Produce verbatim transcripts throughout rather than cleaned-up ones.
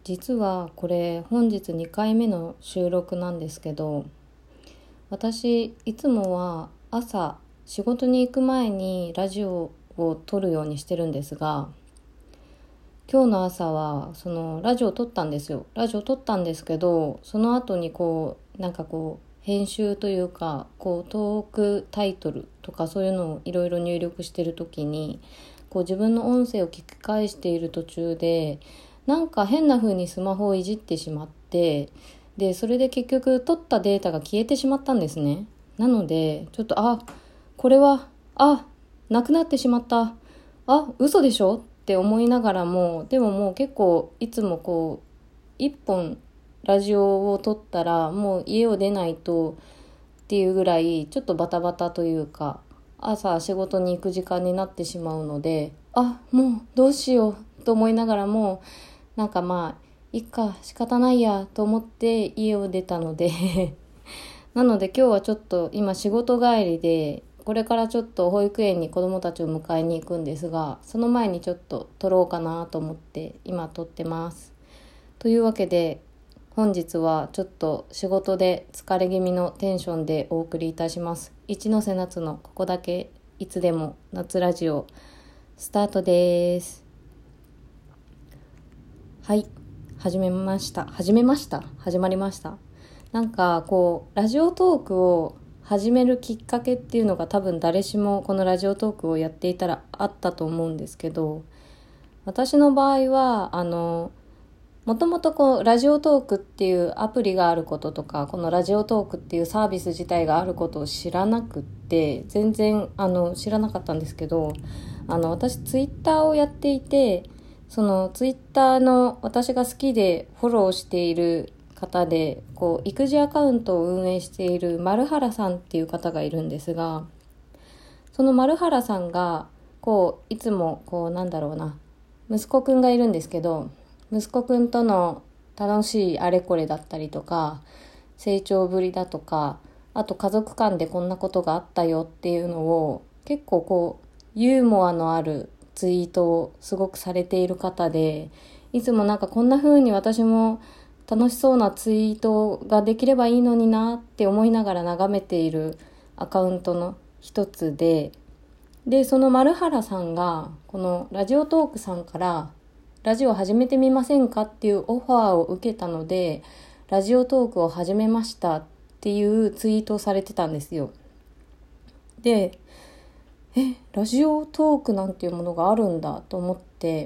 実はこれ本日にかいめの収録なんですけど、私いつもは朝仕事に行く前にラジオを撮るようにしてるんですが、今日の朝はそのラジオを撮ったんですよ。ラジオを撮ったんですけど、その後にこうなんかこう編集というかこうトークタイトルとかそういうのをいろいろ入力してる時に、こう自分の音声を聞き返している途中でなんか変な風にスマホをいじってしまって、でそれで結局取ったデータが消えてしまったんですね。なのでちょっとあこれはあなくなってしまった、あ嘘でしょって思いながらも、でももう結構いつもこう一本ラジオを撮ったらもう家を出ないとっていうぐらいちょっとバタバタというか、朝仕事に行く時間になってしまうので、あもうどうしようと思いながらも、なんかまあいっか仕方ないやと思って家を出たのでなので今日はちょっと今仕事帰りで、これからちょっと保育園に子どもたちを迎えに行くんですが、その前にちょっと撮ろうかなと思って今撮ってます。というわけで本日はちょっと仕事で疲れ気味のテンションでお送りいたします。一ノ瀬夏のここだけいつでも夏ラジオスタートです。はい、始めました始めました始まりました。なんかこうラジオトークを始めるきっかけっていうのが多分誰しもこのラジオトークをやっていたらあったと思うんですけど、私の場合はあのもともとこうラジオトークっていうアプリがあることとか、このラジオトークっていうサービス自体があることを知らなくって、全然あの知らなかったんですけど、あの私ツイッターをやっていて、そのツイッターの私が好きでフォローしている方で、こう育児アカウントを運営している丸原さんっていう方がいるんですが、その丸原さんがこういつもこうなんだろうな、息子くんがいるんですけど、息子くんとの楽しいあれこれだったりとか、成長ぶりだとか、あと家族間でこんなことがあったよっていうのを結構こうユーモアのあるツイートをすごくされている方で、いつもなんかこんな風に私も楽しそうなツイートができればいいのになって思いながら眺めているアカウントの一つで、でその丸原さんがこのラジオトークさんからラジオ始めてみませんかっていうオファーを受けたので、ラジオトークを始めましたっていうツイートをされてたんですよ。で、え、ラジオトークなんていうものがあるんだと思って、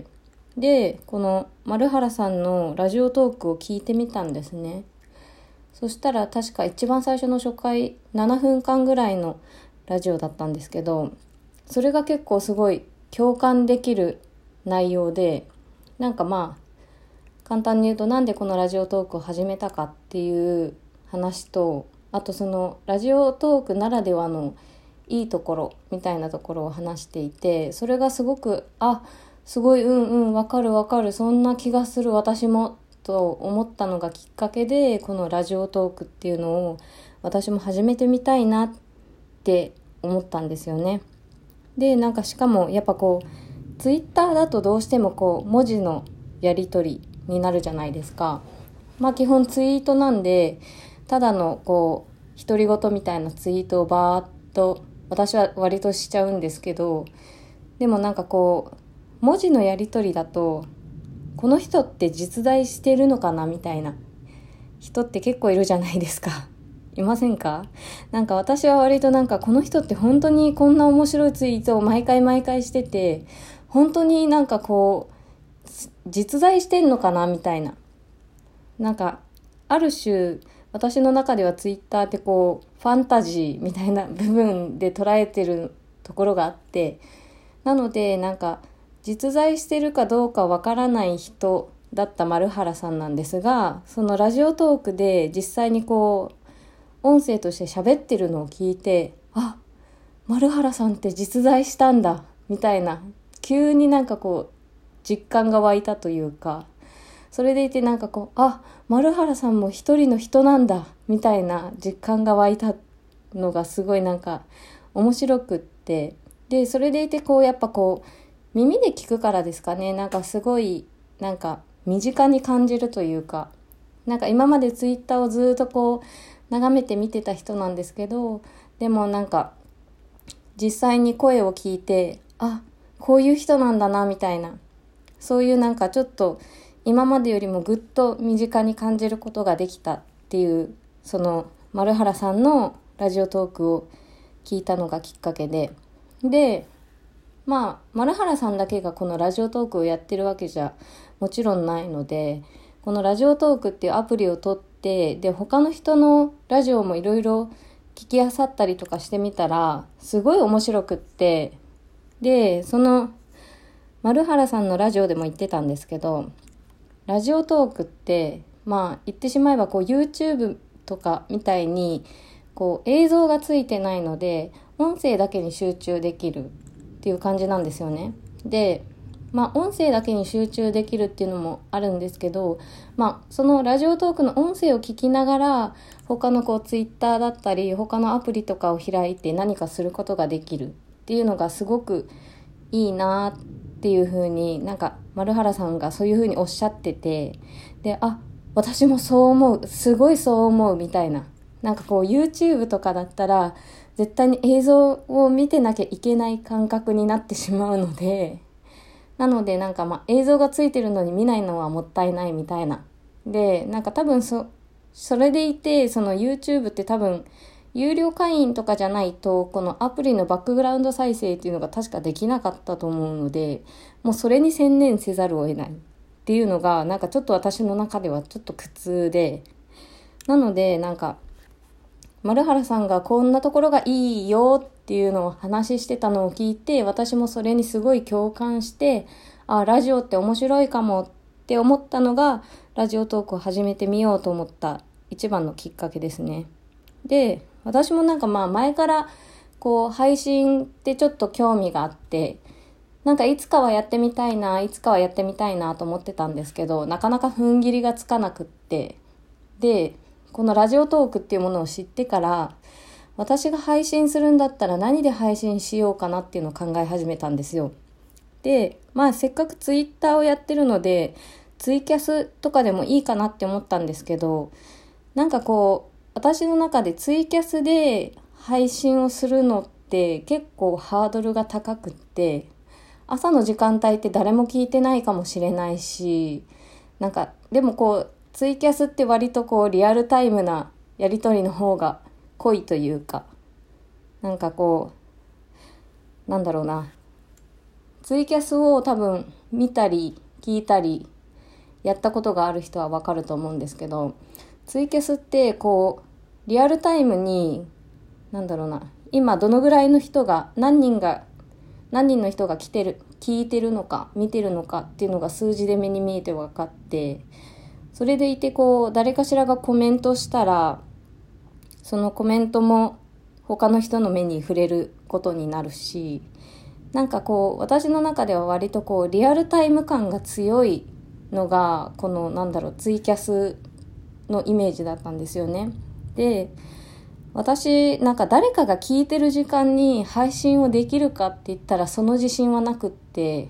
で、この丸原さんのラジオトークを聞いてみたんですね。そしたら確か一番最初の初回ななふんかんぐらいのラジオだったんですけど、それが結構すごい共感できる内容で、なんかまあ簡単に言うと、なんでこのラジオトークを始めたかっていう話と、あとそのラジオトークならではのいいところみたいなところを話していて、それがすごくあすごいうんうんわかるわかる、そんな気がする私もと思ったのがきっかけで、このラジオトークっていうのを私も始めてみたいなって思ったんですよね。でなんかしかもやっぱこうツイッターだとどうしてもこう文字のやり取りになるじゃないですか。まあ基本ツイートなんで、ただのこう独り言みたいなツイートをバーッと私は割としちゃうんですけど、でもなんかこう文字のやり取りだと、この人って実在してるのかなみたいな人って結構いるじゃないですか。いませんか？なんか私は割となんかこの人って本当にこんな面白いツイートを毎回毎回してて、本当になんかこう実在してんのかなみたいな、なんかある種私の中ではツイッターってこうファンタジーみたいな部分で捉えてるところがあって、なのでなんか実在してるかどうかわからない人だった丸原さんなんですが、そのラジオトークで実際にこう音声として喋ってるのを聞いて、あ、丸原さんって実在したんだみたいな、急になんかこう実感が湧いたというか、それでいてなんかこうあ、丸原さんも一人の人なんだみたいな実感が湧いたのがすごいなんか面白くって、でそれでいてこうやっぱこう耳で聞くからですかね、なんかすごいなんか身近に感じるというか、なんか今までツイッターをずっとこう眺めて見てた人なんですけど、でもなんか実際に声を聞いて、あ、こういう人なんだなみたいな、そういうなんかちょっと今までよりもぐっと身近に感じることができたっていう、その丸原さんのラジオトークを聞いたのがきっかけで、でまあ丸原さんだけがこのラジオトークをやってるわけじゃもちろんないので、このラジオトークっていうアプリを取って、で他の人のラジオもいろいろ聞き漁ったりとかしてみたらすごい面白くって、でその丸原さんのラジオでも言ってたんですけど、ラジオトークってまあ言ってしまえばこう YouTube とかみたいにこう映像がついてないので音声だけに集中できるっていう感じなんですよね。でまあ音声だけに集中できるっていうのもあるんですけど、まあそのラジオトークの音声を聞きながら他のこうツイッターだったり他のアプリとかを開いて何かすることができるっていうのがすごくいいなっていう風に、なんか丸原さんがそういう風におっしゃってて、で、あ、私もそう思う、すごいそう思うみたいな、なんかこう YouTube とかだったら絶対に映像を見てなきゃいけない感覚になってしまうので、なのでなんかまあ映像がついてるのに見ないのはもったいないみたいな。で、なんか多分そ、それでいて、その YouTube って多分有料会員とかじゃないとこのアプリのバックグラウンド再生っていうのが確かできなかったと思うので、もうそれに専念せざるを得ないっていうのがなんかちょっと私の中ではちょっと苦痛で、なのでなんか丸原さんがこんなところがいいよっていうのを話してたのを聞いて、私もそれにすごい共感して、あ、ラジオって面白いかもって思ったのがラジオトークを始めてみようと思った一番のきっかけですね。で、私もなんかまあ前からこう配信ってちょっと興味があって、なんかいつかはやってみたいな、いつかはやってみたいなと思ってたんですけど、なかなか踏ん切りがつかなくって、で、このラジオトークっていうものを知ってから、私が配信するんだったら何で配信しようかなっていうのを考え始めたんですよ。で、まあせっかくツイッターをやってるので、ツイキャスとかでもいいかなって思ったんですけど、なんかこう、私の中でツイキャスで配信をするのって結構ハードルが高くって、朝の時間帯って誰も聞いてないかもしれないし、なんかでもこうツイキャスって割とこうリアルタイムなやり取りの方が濃いというか、なんかこうなんだろうな、ツイキャスを多分見たり聞いたりやったことがある人はわかると思うんですけど、ツイキャスってこうリアルタイムになんだろうな、今どのぐらいの人が何人が何人の人が来てる聞いてるのか見てるのかっていうのが数字で目に見えて分かって、それでいてこう誰かしらがコメントしたらそのコメントも他の人の目に触れることになるし、なんかこう私の中では割とこうリアルタイム感が強いのがこのなんだろうツイキャスのイメージだったんですよね。で、私なんか誰かが聞いてる時間に配信をできるかって言ったらその自信はなくって、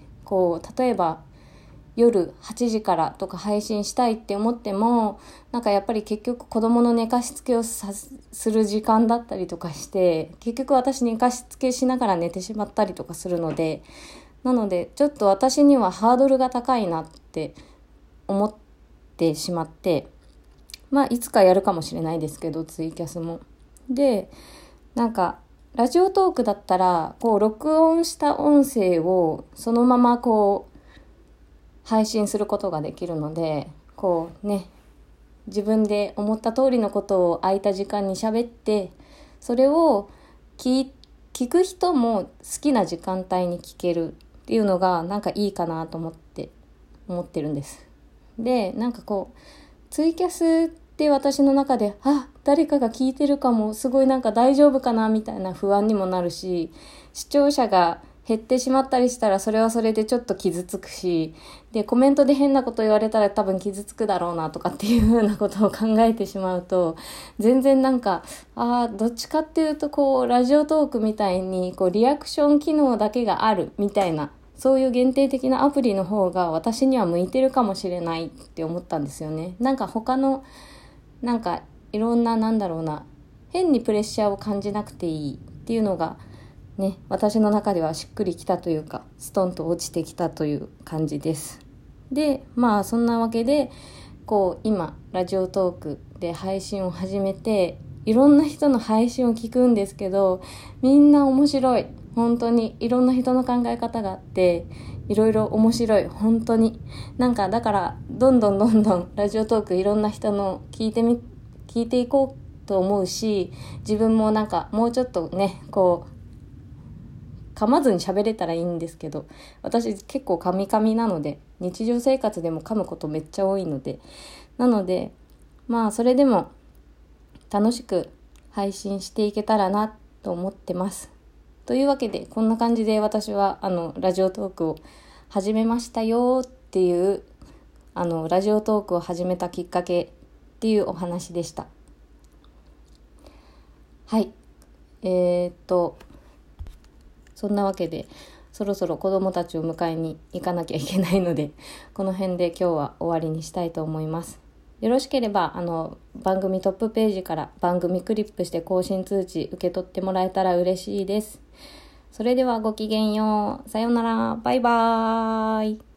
こう例えば夜はちじからとか配信したいって思っても、なんかやっぱり結局子供の寝かしつけをさする時間だったりとかして、結局私寝かしつけしながら寝てしまったりとかするので、なのでちょっと私にはハードルが高いなって思ってしまって、まあいつかやるかもしれないですけどツイキャスも。で、なんかラジオトークだったらこう録音した音声をそのままこう配信することができるので、こうね、自分で思った通りのことを空いた時間に喋って、それを聞、聞く人も好きな時間帯に聞けるっていうのがなんかいいかなと思って思ってるんです。で、なんかこうツイキャスって私の中で、あ、誰かが聞いてるかも、すごいなんか大丈夫かなみたいな不安にもなるし、視聴者が減ってしまったりしたらそれはそれでちょっと傷つくし、でコメントで変なこと言われたら多分傷つくだろうなとかっていう風なことを考えてしまうと、全然なんかあどっちかっていうとこうラジオトークみたいにこうリアクション機能だけがあるみたいな、 そういう限定的なアプリの方が私には向いてるかもしれないって思ったんですよね。なんか他のなんかいろんななんだろうな変にプレッシャーを感じなくていいっていうのがね、私の中ではしっくりきたというかストンと落ちてきたという感じです。でまあそんなわけでこう今ラジオトークで配信を始めていろんな人の配信を聞くんですけど、みんな面白い。本当にいろんな人の考え方があっていろいろ面白い。本当になんかだからどんどんどんどんラジオトークいろんな人の聞いてみ聞いていこうと思うし、自分もなんかもうちょっとねこう噛まずに喋れたらいいんですけど、私結構噛み噛みなので日常生活でも噛むことめっちゃ多いので、なのでまあそれでも楽しく配信していけたらなと思ってます。というわけでこんな感じで私はあのラジオトークを始めましたよっていうあのラジオトークを始めたきっかけっていうお話でした。はい、えー、っとそんなわけでそろそろ子どもたちを迎えに行かなきゃいけないので、この辺で今日は終わりにしたいと思います。よろしければあの番組トップページから番組クリップして更新通知受け取ってもらえたら嬉しいです。それではごきげんよう。さようなら。バイバーイ。